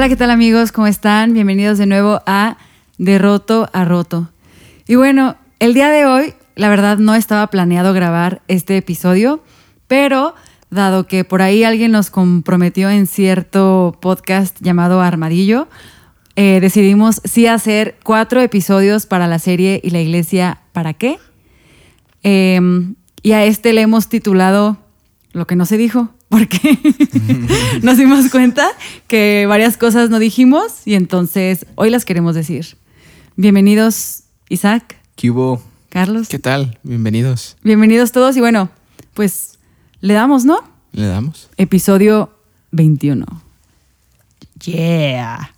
Hola, ¿qué tal amigos? ¿Cómo están? Bienvenidos de nuevo a De Roto a Roto. Y bueno, el día de hoy, la verdad no estaba planeado grabar este episodio, pero dado que por ahí alguien nos comprometió en cierto podcast llamado Armadillo, decidimos sí hacer 4 episodios para la serie ¿Y la iglesia para qué? Y a este le hemos titulado Lo que no se dijo, porque nos dimos cuenta que varias cosas no dijimos y entonces hoy las queremos decir. Bienvenidos, Isaac. ¿Qué hubo? Carlos. ¿Qué tal? Bienvenidos. Bienvenidos todos y bueno, pues le damos, ¿no? ¿Le damos? Episodio 21. Yeah.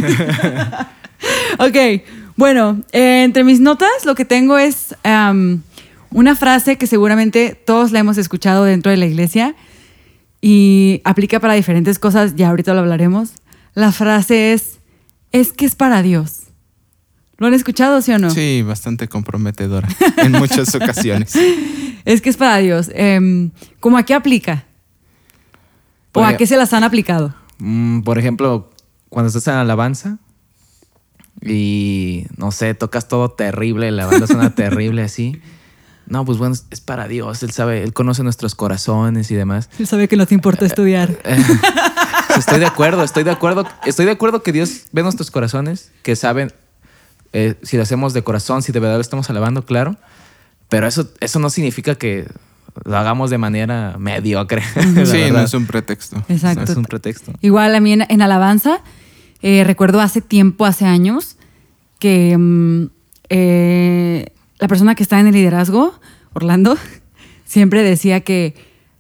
Ok, bueno, entre mis notas lo que tengo es una frase que seguramente todos la hemos escuchado dentro de la iglesia y aplica para diferentes cosas, ya ahorita lo hablaremos. La frase es que es para Dios. ¿Lo han escuchado, sí o no? Sí, bastante comprometedora en muchas ocasiones. Es que es para Dios. ¿Cómo a qué aplica? ¿O a qué se las han aplicado? Por ejemplo, cuando estás en alabanza y, no sé, tocas todo terrible, la banda suena terrible así. No, pues bueno, es para Dios. Él sabe, Él conoce nuestros corazones y demás. Él sabe que no te importa estudiar. Estoy de acuerdo que Dios ve nuestros corazones, que saben si lo hacemos de corazón, si de verdad lo estamos alabando, claro. Pero eso no significa que lo hagamos de manera mediocre. Sí, no es un pretexto. Exacto. No es un pretexto. Igual a mí en alabanza, recuerdo hace años, que la persona que está en el liderazgo, Orlando, siempre decía que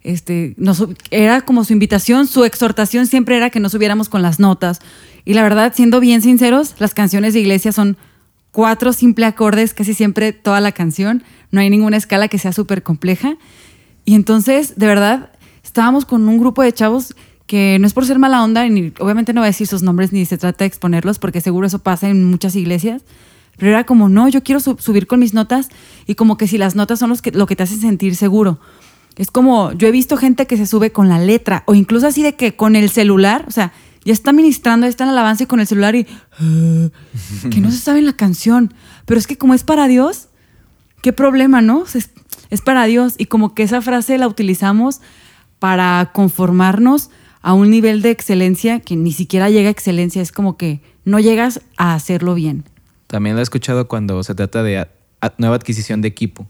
era como su invitación, su exhortación siempre era que no subiéramos con las notas. Y la verdad, siendo bien sinceros, las canciones de iglesia son 4 simples acordes, casi siempre toda la canción. No hay ninguna escala que sea súper compleja. Y entonces, de verdad, estábamos con un grupo de chavos que no es por ser mala onda, y obviamente no voy a decir sus nombres ni se trata de exponerlos, porque seguro eso pasa en muchas iglesias. Pero era como, no, yo quiero subir con mis notas, y como que si las notas son lo que te hacen sentir seguro. Es como, yo he visto gente que se sube con la letra, o incluso así de que con el celular, o sea, ya está ministrando, está en alabanza y con el celular y que no se sabe la canción. Pero es que como es para Dios, qué problema, ¿no? O sea, es para Dios. Y como que esa frase la utilizamos para conformarnos a un nivel de excelencia que ni siquiera llega a excelencia. Es como que no llegas a hacerlo bien. También lo he escuchado cuando se trata de nueva adquisición de equipo.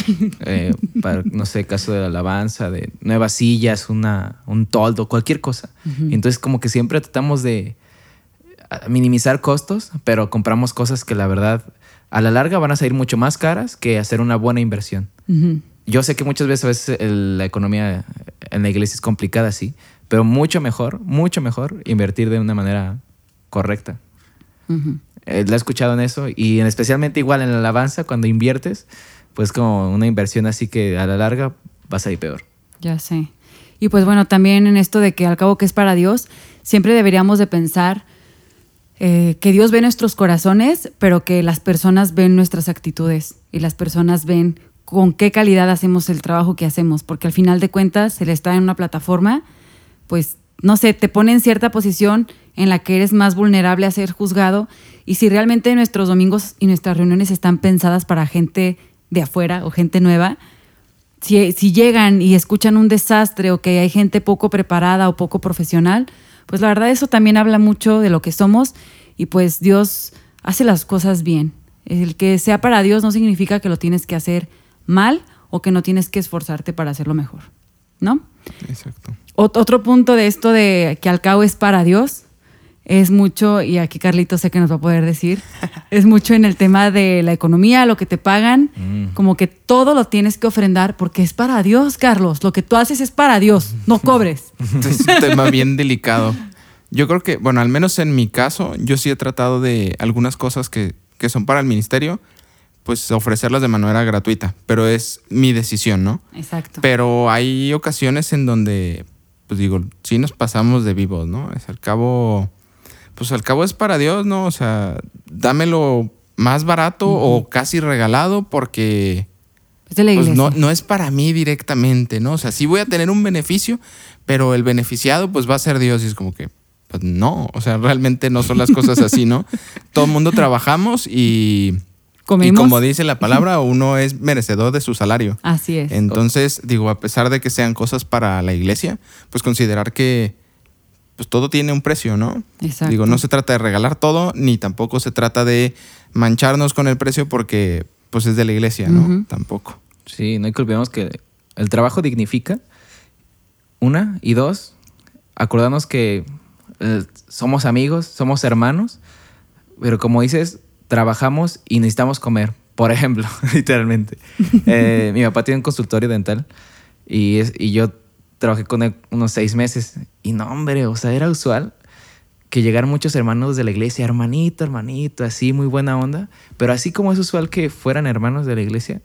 Para, no sé, caso de la alabanza, de nuevas sillas, un toldo, cualquier cosa. Uh-huh. Entonces como que siempre tratamos de minimizar costos, pero compramos cosas que la verdad a la larga van a salir mucho más caras que hacer una buena inversión. Uh-huh. Yo sé que muchas veces la economía en la iglesia es complicada, sí, pero mucho mejor invertir de una manera correcta. Uh-huh. Lo he escuchado en eso y especialmente igual en la alabanza, cuando inviertes, pues como una inversión así que a la larga vas a ir peor. Ya sé. Y pues bueno, también en esto de que al cabo que es para Dios, siempre deberíamos de pensar que Dios ve nuestros corazones, pero que las personas ven nuestras actitudes y las personas ven con qué calidad hacemos el trabajo que hacemos, porque al final de cuentas, el estar en una plataforma, pues no sé, te pone en cierta posición en la que eres más vulnerable a ser juzgado, y si realmente nuestros domingos y nuestras reuniones están pensadas para gente de afuera o gente nueva, si llegan y escuchan un desastre o que hay gente poco preparada o poco profesional, pues la verdad eso también habla mucho de lo que somos, y pues Dios hace las cosas bien. El que sea para Dios no significa que lo tienes que hacer mal o que no tienes que esforzarte para hacerlo mejor, ¿no? Exacto. Otro punto de esto de que al cabo es para Dios es mucho, y aquí Carlito sé que nos va a poder decir, es mucho en el tema de la economía, lo que te pagan, como que todo lo tienes que ofrendar porque es para Dios, Carlos. Lo que tú haces es para Dios, no cobres. Es un tema bien delicado. Yo creo que, bueno, al menos en mi caso, yo sí he tratado de algunas cosas que son para el ministerio, pues ofrecerlas de manera gratuita, pero es mi decisión, ¿no? Exacto. Pero hay ocasiones en donde, pues digo, sí nos pasamos de vivos, ¿no? Al cabo es para Dios, ¿no? O sea, dámelo más barato o casi regalado porque es de la iglesia. Pues no es para mí directamente, ¿no? O sea, sí voy a tener un beneficio, pero el beneficiado pues va a ser Dios, y es como que pues no, o sea, realmente no son las cosas así, ¿no? Todo el mundo trabajamos y ¿Comemos? como dice la palabra, uno es merecedor de su salario. Así es. Entonces, digo, a pesar de que sean cosas para la iglesia, pues considerar que pues todo tiene un precio, ¿no? Exacto. Digo, no se trata de regalar todo, ni tampoco se trata de mancharnos con el precio porque pues es de la iglesia, ¿no? Ujú. Tampoco. Sí, no hay que olvidemos que el trabajo dignifica, una, y dos, acordarnos que somos amigos, somos hermanos, pero como dices, trabajamos y necesitamos comer. Por ejemplo, literalmente. Mi papá tiene un consultorio dental y yo trabajé con él unos 6 meses. Y no, hombre, o sea, era usual que llegaran muchos hermanos de la iglesia, hermanito, hermanito, así, muy buena onda. Pero así como es usual que fueran hermanos de la iglesia,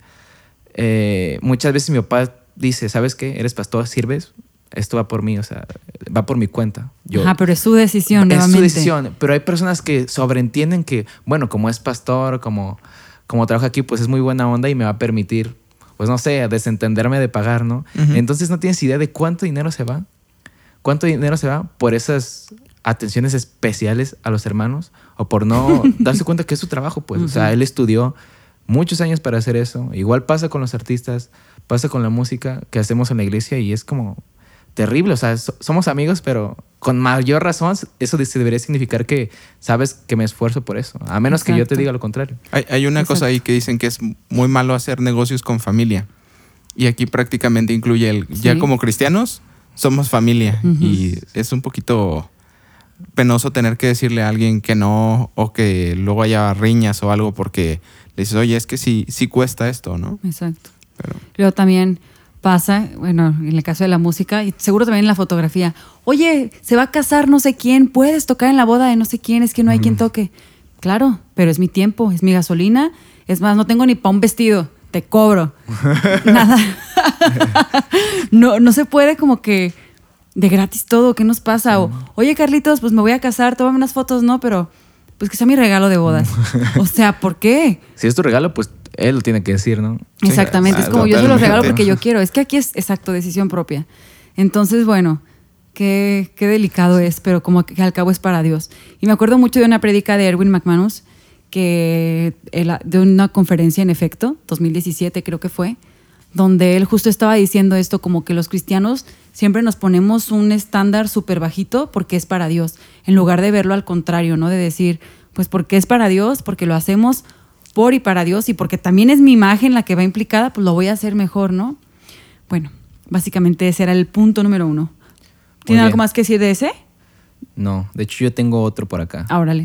muchas veces mi papá dice, ¿sabes qué? Eres pastor, sirves, esto va por mí, o sea, va por mi cuenta. Ajá, pero es su decisión, Es nuevamente. su decisión, pero hay personas que sobreentienden que, bueno, como es pastor, como trabaja aquí, pues es muy buena onda y me va a permitir, pues no sé, desentenderme de pagar, ¿no? Ujú. Entonces no tienes idea de cuánto dinero se va. ¿Cuánto dinero se va por esas atenciones especiales a los hermanos o por no darse cuenta que es su trabajo, pues? O sea, él estudió muchos años para hacer eso. Igual pasa con los artistas, pasa con la música que hacemos en la iglesia y es como terrible. O sea, somos amigos, pero con mayor razón eso debería significar que sabes que me esfuerzo por eso. A menos que yo te Exacto. diga lo contrario. Hay una cosa ahí que dicen que es muy malo hacer negocios con familia. Y aquí prácticamente incluye ya Sí. como cristianos, somos familia. Ujú. Y es un poquito penoso tener que decirle a alguien que no o que luego haya riñas o algo porque le dices, oye, es que sí cuesta esto, ¿no? Exacto. Pero Luego también pasa, bueno, en el caso de la música y seguro también en la fotografía. Oye, se va a casar no sé quién, puedes tocar en la boda de no sé quién, es que no hay quien toque. Claro, pero es mi tiempo, es mi gasolina. Es más, no tengo ni para un vestido, te cobro. Nada. No se puede como que de gratis todo, ¿qué nos pasa? O, oye, Carlitos, pues me voy a casar, tómame unas fotos, ¿no? Pero pues que sea mi regalo de bodas. O sea, ¿por qué? Si es tu regalo, pues él lo tiene que decir, ¿no? Sí, Exactamente, es como yo se los totalmente. regalo porque yo quiero. Es que aquí es exacto, decisión propia. Entonces, bueno, qué delicado es, pero como que al cabo es para Dios. Y me acuerdo mucho de una prédica de Erwin McManus, de una conferencia en efecto, 2017 creo que fue, donde él justo estaba diciendo esto, como que los cristianos siempre nos ponemos un estándar súper bajito porque es para Dios, en lugar de verlo al contrario, ¿no? De decir, pues porque es para Dios, porque lo hacemos por y para Dios y porque también es mi imagen la que va implicada, pues lo voy a hacer mejor, ¿no? Bueno, básicamente ese era el punto número 1. ¿Tiene bien. algo más que decir de ese? No, de hecho yo tengo otro por acá. Órale.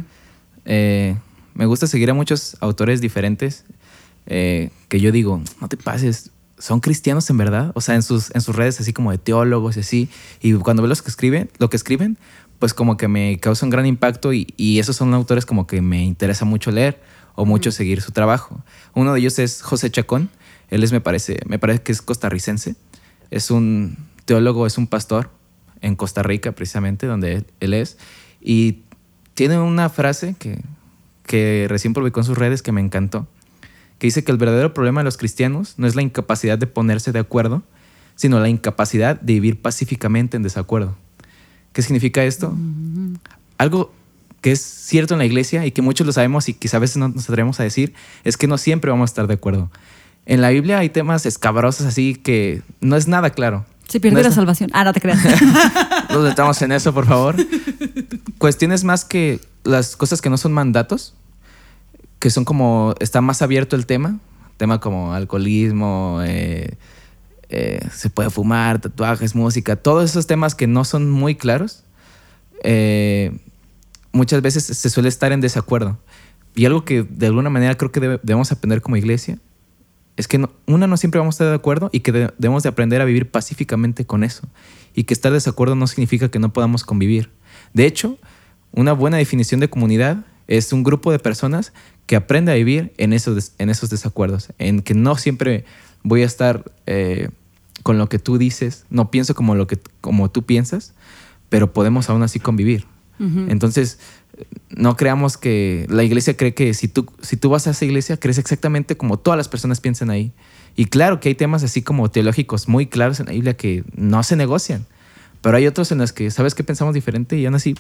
Me gusta seguir a muchos autores diferentes que yo digo, no te pases, ¿son cristianos en verdad? O sea, en sus redes así como de teólogos y así. Y cuando veo lo que escriben, pues como que me causa un gran impacto y esos son autores como que me interesa mucho leer o mucho seguir su trabajo. Uno de ellos es José Chacón. Él me parece que es costarricense. Es un teólogo, es un pastor en Costa Rica precisamente, donde él es. Y tiene una frase que recién publicó en sus redes que me encantó, que dice que el verdadero problema de los cristianos no es la incapacidad de ponerse de acuerdo, sino la incapacidad de vivir pacíficamente en desacuerdo. ¿Qué significa esto? Algo que es cierto en la iglesia y que muchos lo sabemos y quizá a veces no nos atrevemos a decir, es que no siempre vamos a estar de acuerdo. En la Biblia hay temas escabrosos así que no es nada claro. Se pierde No es la salvación. No te creas. Nos metamos en eso, por favor. Cuestiones más que las cosas que no son mandatos, que son como, está más abierto el tema como alcoholismo, se puede fumar, tatuajes, música, todos esos temas que no son muy claros, muchas veces se suele estar en desacuerdo. Y algo que de alguna manera creo que debemos aprender como iglesia es que no siempre vamos a estar de acuerdo y que debemos de aprender a vivir pacíficamente con eso. Y que estar de desacuerdo no significa que no podamos convivir. De hecho, una buena definición de comunidad es un grupo de personas que aprende a vivir en esos desacuerdos. En que no siempre voy a estar con lo que tú dices, no pienso como tú piensas, pero podemos aún así convivir. Ujú. Entonces, no creamos que la iglesia cree que si tú vas a esa iglesia, crees exactamente como todas las personas piensan ahí. Y claro que hay temas así como teológicos muy claros en la Biblia que no se negocian, pero hay otros en los que, ¿sabes qué? Pensamos diferente y aún así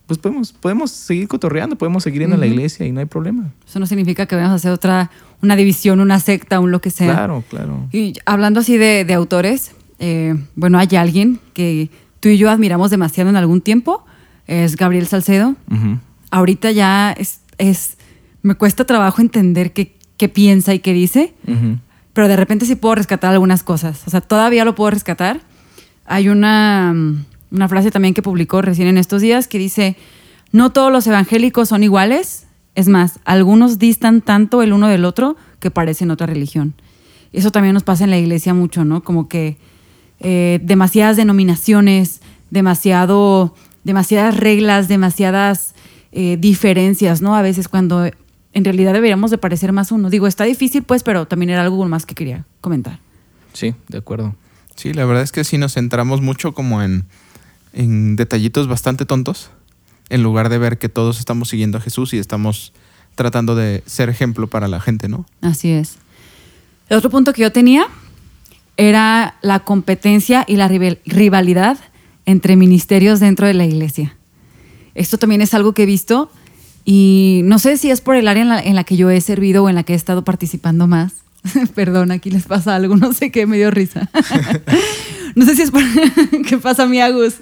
pues podemos seguir cotorreando, podemos seguir yendo a la iglesia y no hay problema. Eso no significa que vayamos a hacer una división, una secta, un lo que sea. Claro, claro. Y hablando así de autores, bueno, hay alguien que tú y yo admiramos demasiado en algún tiempo, es Gabriel Salcedo. Uh-huh. Ahorita ya me cuesta trabajo entender qué piensa y qué dice, Uh-huh. pero de repente sí puedo rescatar algunas cosas. O sea, todavía lo puedo rescatar. Hay una frase también que publicó recién en estos días que dice: no todos los evangélicos son iguales. Es más, algunos distan tanto el uno del otro que parecen otra religión. Eso también nos pasa en la iglesia mucho, ¿no? Como que demasiadas denominaciones, demasiadas reglas, demasiadas diferencias, ¿no? A veces cuando en realidad deberíamos de parecer más uno. Digo, está difícil pues, pero también era algo más que quería comentar. Sí, de acuerdo. Sí, la verdad es que sí nos centramos mucho como en detallitos bastante tontos, en lugar de ver que todos estamos siguiendo a Jesús y estamos tratando de ser ejemplo para la gente, ¿no? Así es. El otro punto que yo tenía era la competencia y la rivalidad entre ministerios dentro de la iglesia. Esto también es algo que he visto y no sé si es por el área en la que yo he servido o en la que he estado participando más. Perdón, aquí les pasa algo, no sé qué, me dio risa. No sé si es por... ¿Qué pasa, mi Agus?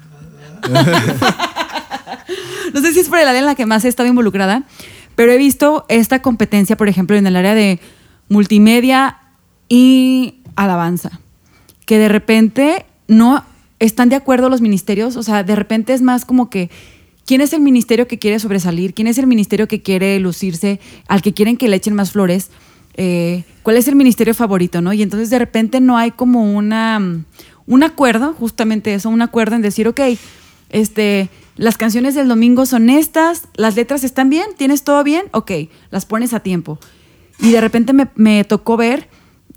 No sé si es por el área en la que más he estado involucrada, pero he visto esta competencia, por ejemplo, en el área de multimedia y alabanza, que de repente no están de acuerdo los ministerios. O sea, de repente es más como que ¿quién es el ministerio que quiere sobresalir? ¿Quién es el ministerio que quiere lucirse? ¿Al que quieren que le echen más flores? ¿Cuál es el ministerio favorito, no? Y entonces de repente no hay como un acuerdo, justamente eso, un acuerdo en decir, ok, las canciones del domingo son estas, las letras están bien, ¿tienes todo bien? Ok, las pones a tiempo. Y de repente me tocó ver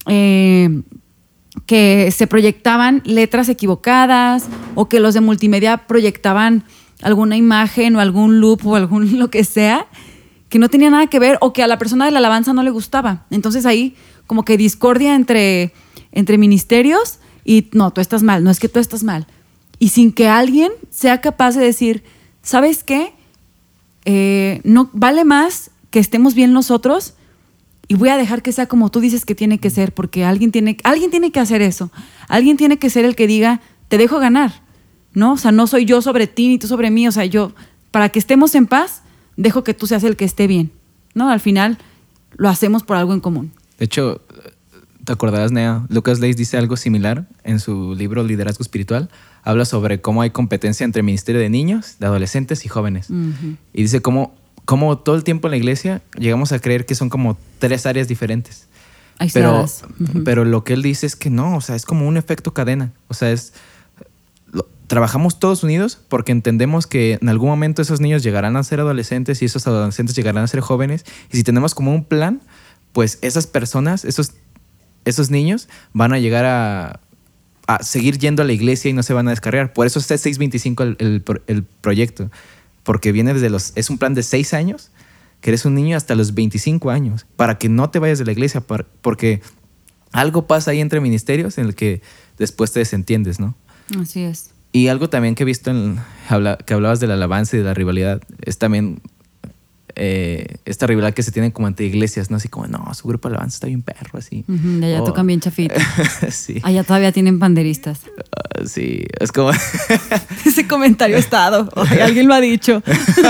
que se proyectaban letras equivocadas o que los de multimedia proyectaban alguna imagen o algún loop o algún lo que sea que no tenía nada que ver o que a la persona de la alabanza no le gustaba. Entonces ahí como que discordia entre ministerios y no, tú estás mal, no es que tú estás mal. Y sin que alguien sea capaz de decir, ¿sabes qué? No vale más que estemos bien nosotros y voy a dejar que sea como tú dices que tiene que ser, porque alguien tiene que hacer eso. Alguien tiene que ser el que diga, te dejo ganar, ¿no? O sea, no soy yo sobre ti ni tú sobre mí. O sea, yo, para que estemos en paz, dejo que tú seas el que esté bien, ¿no? Al final lo hacemos por algo en común. De hecho, ¿te acordarás, Nea? Lucas Leis dice algo similar en su libro Liderazgo Espiritual. Habla sobre cómo hay competencia entre el ministerio de niños, de adolescentes y jóvenes. Uh-huh. Y dice cómo todo el tiempo en la iglesia llegamos a creer que son como 3 áreas diferentes. Aisladas. Pero lo que él dice es que no, o sea, es como un efecto cadena. O sea, trabajamos todos unidos porque entendemos que en algún momento esos niños llegarán a ser adolescentes y esos adolescentes llegarán a ser jóvenes. Y si tenemos como un plan, pues esas personas, esos niños van a llegar a seguir yendo a la iglesia y no se van a descargar. Por eso está 625 el proyecto. Porque viene es un plan de 6 años, que eres un niño hasta los 25 años, para que no te vayas de la iglesia, porque algo pasa ahí entre ministerios en el que después te desentiendes, ¿no? Así es. Y algo también que he visto que hablabas de la alabanza y de la rivalidad, es también esta rivalidad que se tiene como entre iglesias, ¿no? Así como, no, su grupo de alabanza está bien perro, así. De allá tocan bien chafita. Sí. Allá todavía tienen panderistas. Sí, es como... Ese comentario estado. Alguien lo ha dicho.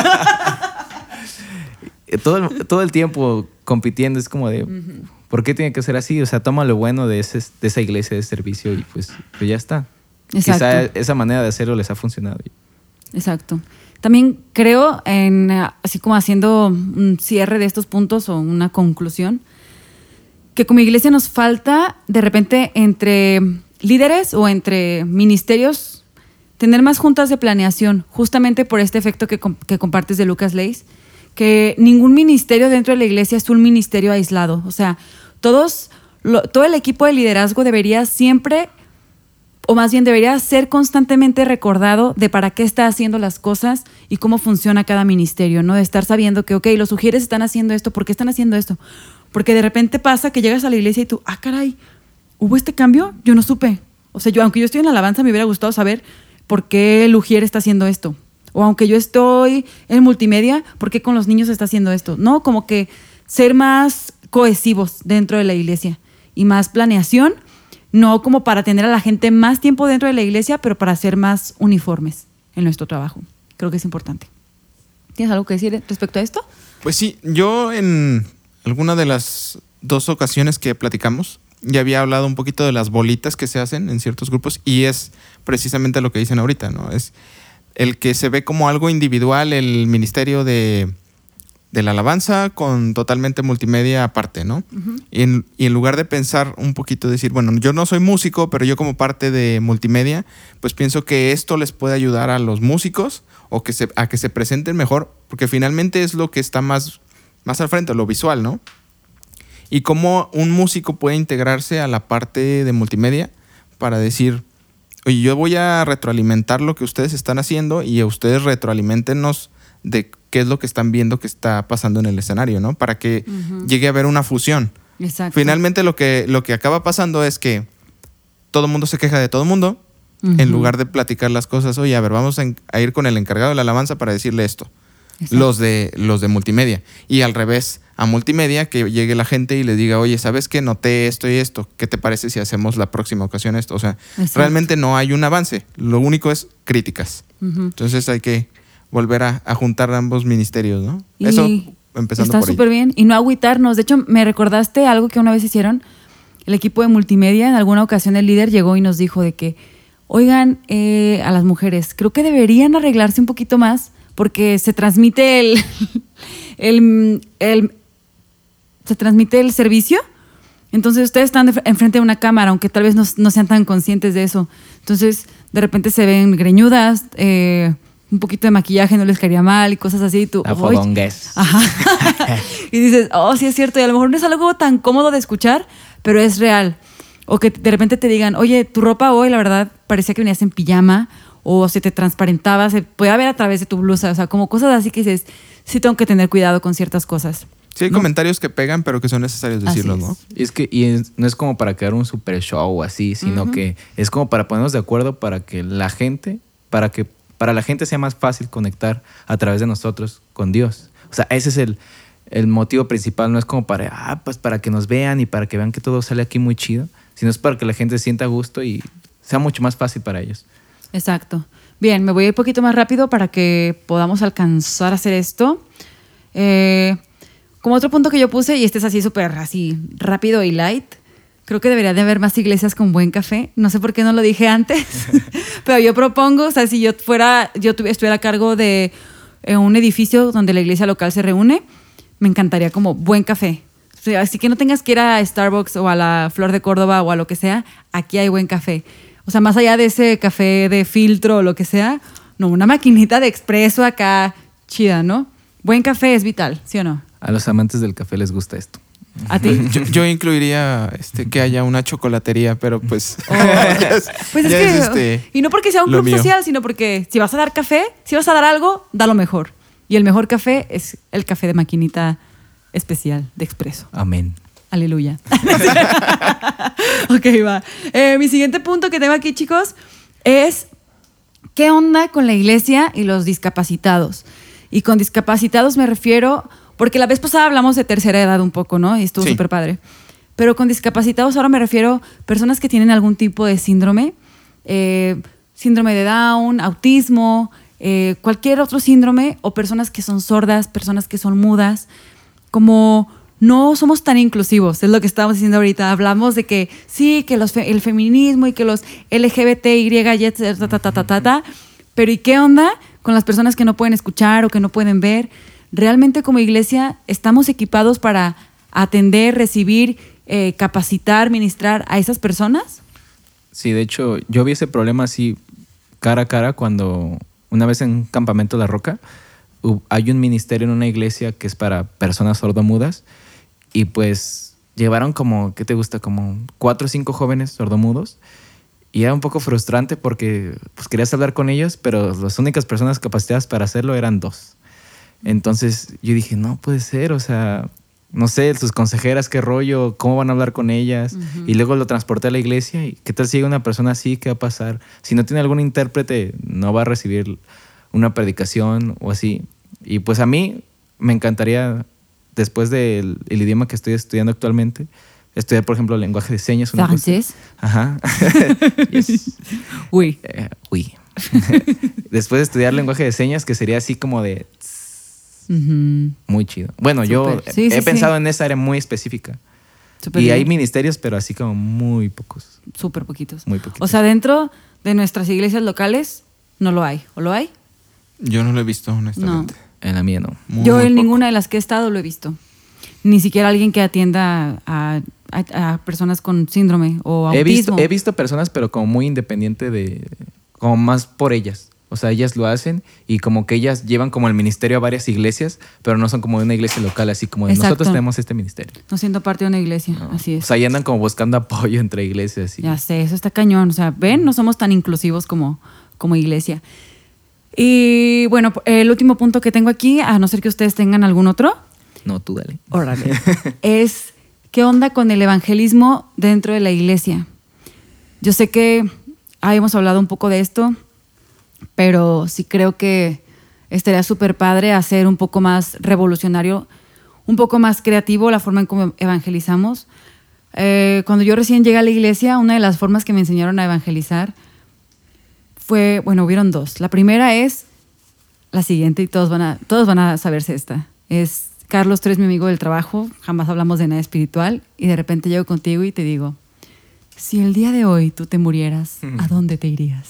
todo el tiempo compitiendo, es como de... Uh-huh. ¿Por qué tiene que ser así? O sea, toma lo bueno de esa iglesia, de ese servicio y pues ya está. Exacto. Quizá esa manera de hacerlo les ha funcionado. Exacto. También creo así como haciendo un cierre de estos puntos o una conclusión, que como iglesia nos falta de repente entre líderes o entre ministerios tener más juntas de planeación, justamente por este efecto que compartes de Lucas Leis, que ningún ministerio dentro de la iglesia es un ministerio aislado. O sea, todo el equipo de liderazgo debería siempre, o más bien debería ser constantemente recordado de para qué está haciendo las cosas y cómo funciona cada ministerio, ¿no? De estar sabiendo que, ok, los sugieres están haciendo esto, ¿por qué están haciendo esto? Porque de repente pasa que llegas a la iglesia y tú, caray, ¿hubo este cambio? Yo no supe. O sea, aunque yo estoy en la alabanza, me hubiera gustado saber por qué el ujier está haciendo esto. O aunque yo estoy en multimedia, ¿por qué con los niños se está haciendo esto? No, como que ser más cohesivos dentro de la iglesia y más planeación, no como para tener a la gente más tiempo dentro de la iglesia, pero para ser más uniformes en nuestro trabajo. Creo que es importante. ¿Tienes algo que decir respecto a esto? Pues sí, yo en alguna de las 2 ocasiones que platicamos ya había hablado un poquito de las bolitas que se hacen en ciertos grupos y es precisamente lo que dicen ahorita, ¿no? Es el que se ve como algo individual el ministerio de la alabanza con totalmente multimedia aparte, ¿no? Uh-huh. Y en lugar de pensar un poquito, decir, bueno, yo no soy músico, pero yo como parte de multimedia, pues pienso que esto les puede ayudar a los músicos o a que se presenten mejor, porque finalmente es lo que está más al frente, lo visual, ¿no? Y cómo un músico puede integrarse a la parte de multimedia para decir, oye, yo voy a retroalimentar lo que ustedes están haciendo y a ustedes retroaliméntenos de qué es lo que están viendo que está pasando en el escenario, ¿no? Para que llegue a haber una fusión. Exacto. Finalmente lo que acaba pasando es que todo el mundo se queja de todo el mundo en lugar de platicar las cosas. Oye, a ver, vamos a ir con el encargado de la alabanza para decirle esto. Los de multimedia. Y al revés, a multimedia, que llegue la gente y le diga, oye, ¿sabes qué? Noté esto y esto. ¿Qué te parece si hacemos la próxima ocasión esto? O sea, realmente no hay un avance. Lo único es críticas. Entonces hay que volver a juntar ambos ministerios, ¿no? Y eso empezando por ahí. Está súper bien. Y no agüitarnos. De hecho, me recordaste algo que una vez hicieron. El equipo de multimedia, en alguna ocasión el líder llegó y nos dijo de que, oigan, a las mujeres, creo que deberían arreglarse un poquito más porque se transmite se transmite el servicio. Entonces ustedes están enfrente de una cámara, aunque tal vez no sean tan conscientes de eso. Entonces de repente se ven greñudas, un poquito de maquillaje no les caería mal y cosas así. Tú, ajá. Y dices, oh, sí es cierto. Y a lo mejor no es algo tan cómodo de escuchar, pero es real. O que de repente te digan, oye, tu ropa hoy, la verdad, parecía que venías en pijama o se te transparentaba, se podía ver a través de tu blusa. O sea, como cosas así que dices, sí tengo que tener cuidado con ciertas cosas. Sí, hay comentarios que pegan, pero que son necesarios decirlos, ¿no? No es como para crear un super show así, sino que es como para ponernos de acuerdo para que la gente sea más fácil conectar a través de nosotros con Dios. O sea, ese es el motivo principal. No es como pues para que nos vean y para que vean que todo sale aquí muy chido, sino es para que la gente se sienta a gusto y sea mucho más fácil para ellos. Exacto. Bien, me voy a ir un poquito más rápido para que podamos alcanzar a hacer esto. Como otro punto que yo puse, y este es así súper así rápido y light, creo que debería de haber más iglesias con buen café. No sé por qué no lo dije antes, pero yo propongo, o sea, si yo estuviera a cargo de un edificio donde la iglesia local se reúne, me encantaría como buen café. O sea, así que no tengas que ir a Starbucks o a la Flor de Córdoba o a lo que sea, aquí hay buen café. O sea, más allá de ese café de filtro o lo que sea, no, una maquinita de expreso acá chida, ¿no? Buen café es vital, ¿sí o no? A los amantes del café les gusta esto. ¿A ti? Yo incluiría que haya una chocolatería, pero pues... Pues es que... y no porque sea un club social, sino porque si vas a dar café, si vas a dar algo, da lo mejor. Y el mejor café es el café de maquinita especial de expreso. Amén. Aleluya. Ok, va. Mi siguiente punto que tengo aquí, chicos, es ¿qué onda con la iglesia y los discapacitados? Y con discapacitados me refiero, porque la vez pasada hablamos de tercera edad un poco, ¿no? Y estuvo súper padre. Pero con discapacitados ahora me refiero a personas que tienen algún tipo de síndrome, síndrome de Down, autismo, cualquier otro síndrome, o personas que son sordas, personas que son mudas, como... No somos tan inclusivos, es lo que estábamos diciendo ahorita. Hablamos de que sí, que el feminismo y que los LGBTY, pero ¿y qué onda con las personas que no pueden escuchar o que no pueden ver? ¿Realmente como iglesia estamos equipados para atender, recibir, capacitar, ministrar a esas personas? Sí, de hecho, yo vi ese problema así cara a cara cuando una vez en Campamento La Roca hay un ministerio en una iglesia que es para personas sordomudas. Y pues llevaron como, ¿qué te gusta? Como 4 o 5 jóvenes sordomudos. Y era un poco frustrante porque pues, querías hablar con ellos, pero las únicas personas capacitadas para hacerlo eran 2. Entonces yo dije, no puede ser, o sea, no sé, sus consejeras, qué rollo, cómo van a hablar con ellas. Y luego lo transporté a la iglesia. ¿Y qué tal si llega una persona así? ¿Qué va a pasar? Si no tiene algún intérprete, no va a recibir una predicación o así. Y pues a mí me encantaría, después del el idioma que estoy estudiando actualmente, estudiar, por ejemplo, lenguaje de señas. ¿Francés? Ajá. Yes. Uy. Uy. Después de estudiar lenguaje de señas, que sería así como de... Muy chido. Bueno, yo he pensado en esa área muy específica. Súper y bien. hay ministerios, pero así como muy pocos. Súper poquitos. Muy poquitos. O sea, dentro de nuestras iglesias locales no lo hay. ¿O lo hay? Yo no lo he visto, honestamente. En la mía no. Yo Muy en poco. ninguna de las que he estado lo he visto. Ni siquiera alguien que atienda a personas con síndrome o autismo. He visto personas, pero como muy independiente de... Como más por ellas. O sea, ellas lo hacen y como que ellas llevan como el ministerio a varias iglesias, pero no son como de una iglesia local, así como de Exacto. nosotros tenemos este ministerio. No siendo parte de una iglesia, No. así es. O sea, y andan como buscando apoyo entre iglesias. Y... Ya sé, eso está cañón. O sea, ven, no somos tan inclusivos como iglesia. Y bueno, el último punto que tengo aquí, a no ser que ustedes tengan algún otro, No, tú dale. órale, es qué onda con el evangelismo dentro de la iglesia. Yo sé que hemos hablado un poco de esto, pero sí creo que estaría súper padre hacer un poco más revolucionario, un poco más creativo la forma en cómo evangelizamos. Cuando yo recién llegué a la iglesia, una de las formas que me enseñaron a evangelizar fue, bueno, hubieron dos. La primera es la siguiente y todos van a saberse esta. Es, Carlos, tú eres mi amigo del trabajo, jamás hablamos de nada espiritual y de repente llego contigo y te digo, si el día de hoy tú te murieras, ¿a dónde te irías?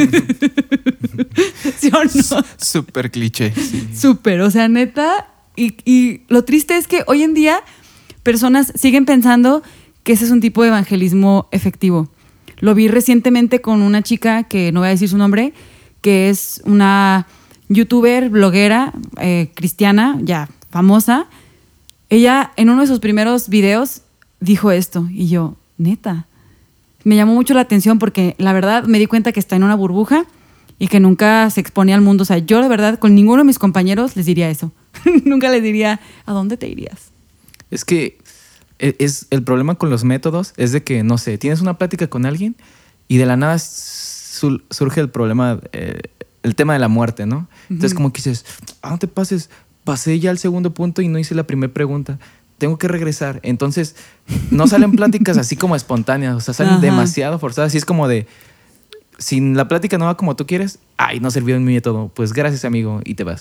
¿Sí o no? Súper cliché. Sí. Súper, o sea, neta. Y lo triste es que hoy en día personas siguen pensando que ese es un tipo de evangelismo efectivo. Lo vi recientemente con una chica, que no voy a decir su nombre, que es una youtuber, bloguera, cristiana, ya famosa. Ella en uno de sus primeros videos dijo esto y yo, neta, me llamó mucho la atención porque la verdad me di cuenta que está en una burbuja y que nunca se expone al mundo. O sea, yo de verdad con ninguno de mis compañeros les diría eso. Nunca les diría, ¿a dónde te irías? Es que es el problema con los métodos es de que, no sé, tienes una plática con alguien y de la nada surge el problema, el tema de la muerte, ¿no? Entonces como que dices, no te pases, pasé ya al segundo punto y no hice la primera pregunta. Tengo que regresar. Entonces, no salen pláticas así como espontáneas, o sea, salen demasiado forzadas. Y es como de, si la plática no va como tú quieres, ay, no sirvió en mi método. Pues gracias, amigo, y te vas.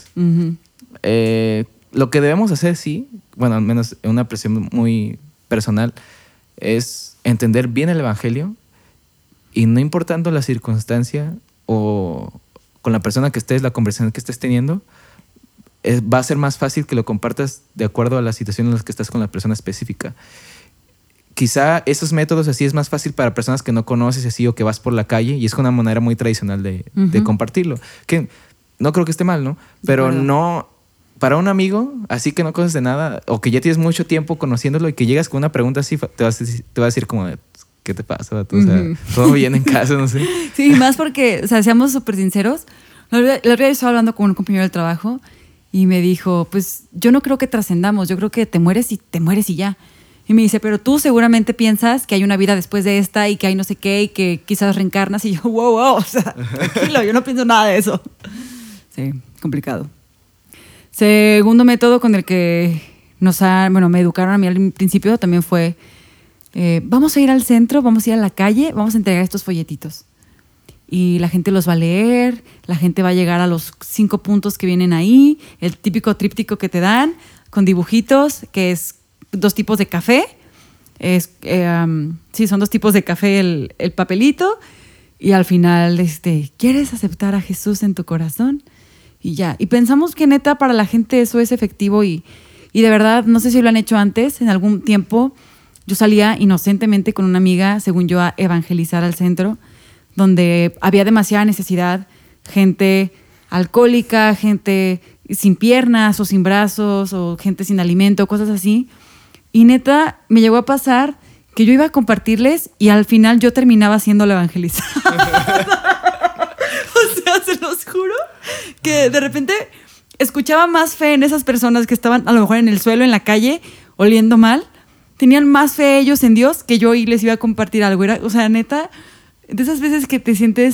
Lo que debemos hacer, sí, bueno, al menos en una presión muy personal, es entender bien el evangelio y no importando la circunstancia o con la persona que estés, la conversación que estés teniendo, va a ser más fácil que lo compartas de acuerdo a la situación en la que estás con la persona específica. Quizá esos métodos así es más fácil para personas que no conoces así o que vas por la calle y es una manera muy tradicional de compartirlo. Que no creo que esté mal, ¿no? Pero no, para un amigo así que no conoces de nada o que ya tienes mucho tiempo conociéndolo y que llegas con una pregunta así, te va a decir como de, ¿qué te pasa? O sea, todo bien en casa, no sé. Sí, más porque, o sea, seamos súper sinceros. La verdad, yo estaba hablando con un compañero del trabajo y me dijo, pues yo no creo que trascendamos, yo creo que te mueres y ya. Y me dice, pero tú seguramente piensas que hay una vida después de esta y que hay no sé qué y que quizás reencarnas. Y yo, wow, o sea, tranquilo, yo no pienso nada de eso. Sí, complicado. Segundo método con el que me educaron a mí al principio también fue, vamos a ir al centro, vamos a ir a la calle, vamos a entregar estos folletitos. Y la gente los va a leer, la gente va a llegar a los 5 puntos que vienen ahí, el típico tríptico que te dan, con dibujitos, que es 2 tipos de café. Sí, son 2 tipos de café el papelito. Y al final, ¿quieres aceptar a Jesús en tu corazón? Y ya. Y pensamos que neta para la gente eso es efectivo y de verdad, no sé si lo han hecho antes, en algún tiempo yo salía inocentemente con una amiga, según yo, a evangelizar al centro, donde había demasiada necesidad, gente alcohólica, gente sin piernas o sin brazos o gente sin alimento, cosas así. Y neta, me llegó a pasar que yo iba a compartirles y al final yo terminaba siendo la evangelizada. O sea, se los juro que de repente escuchaba más fe en esas personas que estaban a lo mejor en el suelo, en la calle, oliendo mal. Tenían más fe ellos en Dios que yo y les iba a compartir algo. O sea, neta, de esas veces que te sientes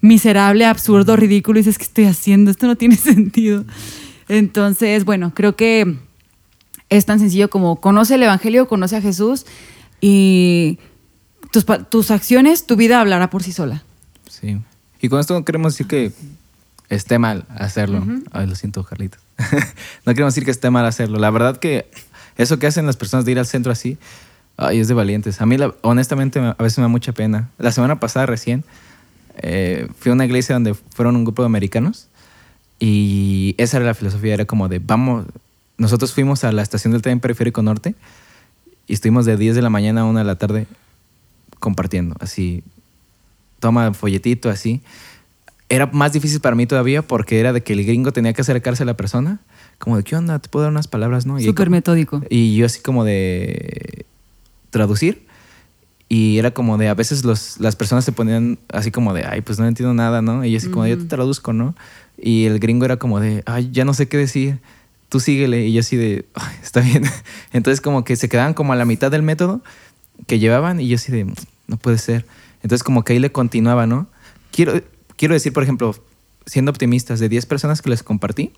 miserable, absurdo, ridículo y dices, ¿qué estoy haciendo? Esto no tiene sentido. Entonces, bueno, creo que es tan sencillo como conoce el Evangelio, conoce a Jesús y tus acciones, tu vida hablará por sí sola. Sí. Y con esto no queremos decir que esté mal hacerlo. Ay, lo siento, Carlitos. No queremos decir que esté mal hacerlo. La verdad que eso que hacen las personas de ir al centro así, ay, es de valientes. A mí, honestamente, a veces me da mucha pena. La semana pasada recién fui a una iglesia donde fueron un grupo de americanos y esa era la filosofía. Era como de, vamos, nosotros fuimos a la estación del tren Periférico Norte y estuvimos de 10 de la mañana a 1 de la tarde compartiendo, así, toma folletito, así. Era más difícil para mí todavía porque era de que el gringo tenía que acercarse a la persona, como de, ¿qué onda? ¿Te puedo dar unas palabras? ¿No? Súper metódico. Y yo así como de traducir y era como de, a veces las personas se ponían así como de, ay, pues no entiendo nada, ¿no? Y yo así como de, yo te traduzco, ¿no? Y el gringo era como de, ay, ya no sé qué decir, tú síguele. Y yo así de, ay, está bien. Entonces como que se quedaban como a la mitad del método que llevaban y yo así de, no puede ser. Entonces como que ahí le continuaba, ¿no? Quiero decir, por ejemplo, siendo optimistas, de 10 personas que les compartí,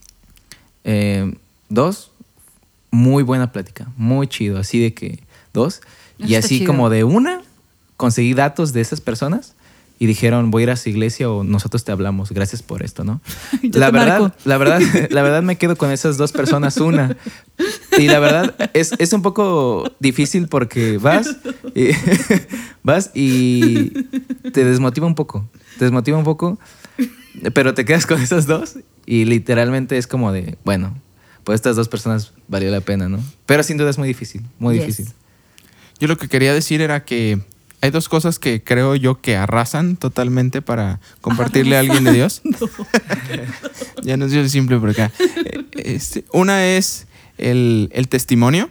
2, muy buena plática, muy chido, así de que 2. Y así chido. Como de una, conseguí datos de esas personas y dijeron, voy a ir a su iglesia o nosotros te hablamos, gracias por esto, ¿no? La verdad me quedo con esas 2 personas, una. Y la verdad es un poco difícil porque vas y te desmotiva un poco, pero te quedas con esas 2 y literalmente es como de, bueno, pues estas 2 personas valió la pena, ¿no? Pero sin duda es muy difícil, muy difícil. Yo lo que quería decir era que hay 2 cosas que creo yo que arrasan totalmente para compartirle a alguien de Dios. No. Ya no soy simple por acá. Una es el testimonio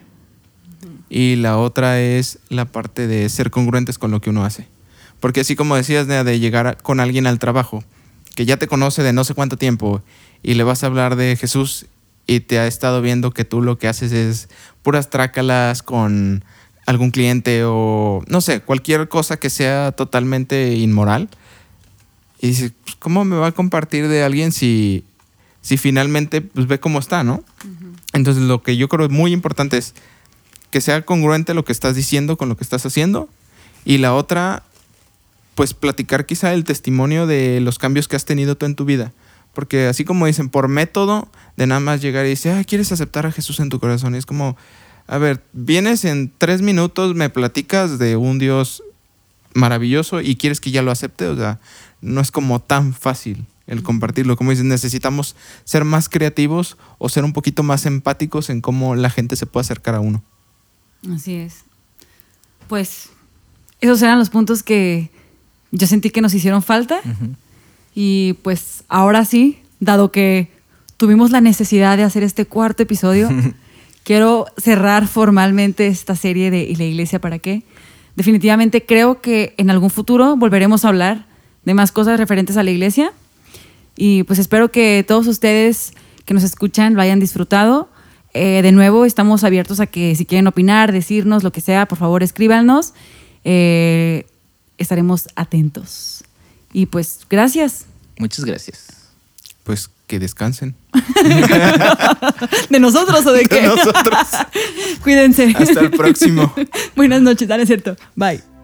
y la otra es la parte de ser congruentes con lo que uno hace. Porque así como decías, de llegar con alguien al trabajo que ya te conoce de no sé cuánto tiempo y le vas a hablar de Jesús y te ha estado viendo que tú lo que haces es puras trácalas con algún cliente o no sé, cualquier cosa que sea totalmente inmoral. Y dices, pues, ¿cómo me va a compartir de alguien si finalmente pues, ve cómo está, ¿no? Uh-huh. Entonces lo que yo creo muy importante es que sea congruente lo que estás diciendo con lo que estás haciendo. Y la otra, pues platicar quizá el testimonio de los cambios que has tenido tú en tu vida. Porque así como dicen, por método de nada más llegar y decir, ¿quieres aceptar a Jesús en tu corazón? Y es como, a ver, vienes en 3 minutos, me platicas de un Dios maravilloso y quieres que ya lo acepte. O sea, no es como tan fácil el compartirlo. Como dicen, necesitamos ser más creativos o ser un poquito más empáticos en cómo la gente se puede acercar a uno. Así es. Pues esos eran los puntos que yo sentí que nos hicieron falta. Uh-huh. Y pues ahora sí, dado que tuvimos la necesidad de hacer este 4º episodio, quiero cerrar formalmente esta serie de ¿Y la iglesia para qué? Definitivamente creo que en algún futuro volveremos a hablar de más cosas referentes a la iglesia. Y pues espero que todos ustedes que nos escuchan lo hayan disfrutado. De nuevo, estamos abiertos a que si quieren opinar, decirnos lo que sea, por favor escríbanos. Estaremos atentos. Y pues, gracias. Muchas gracias. Pues que descansen. ¿De nosotros o de qué? De nosotros. Cuídense. Hasta el próximo. Buenas noches, dale, cierto. Bye.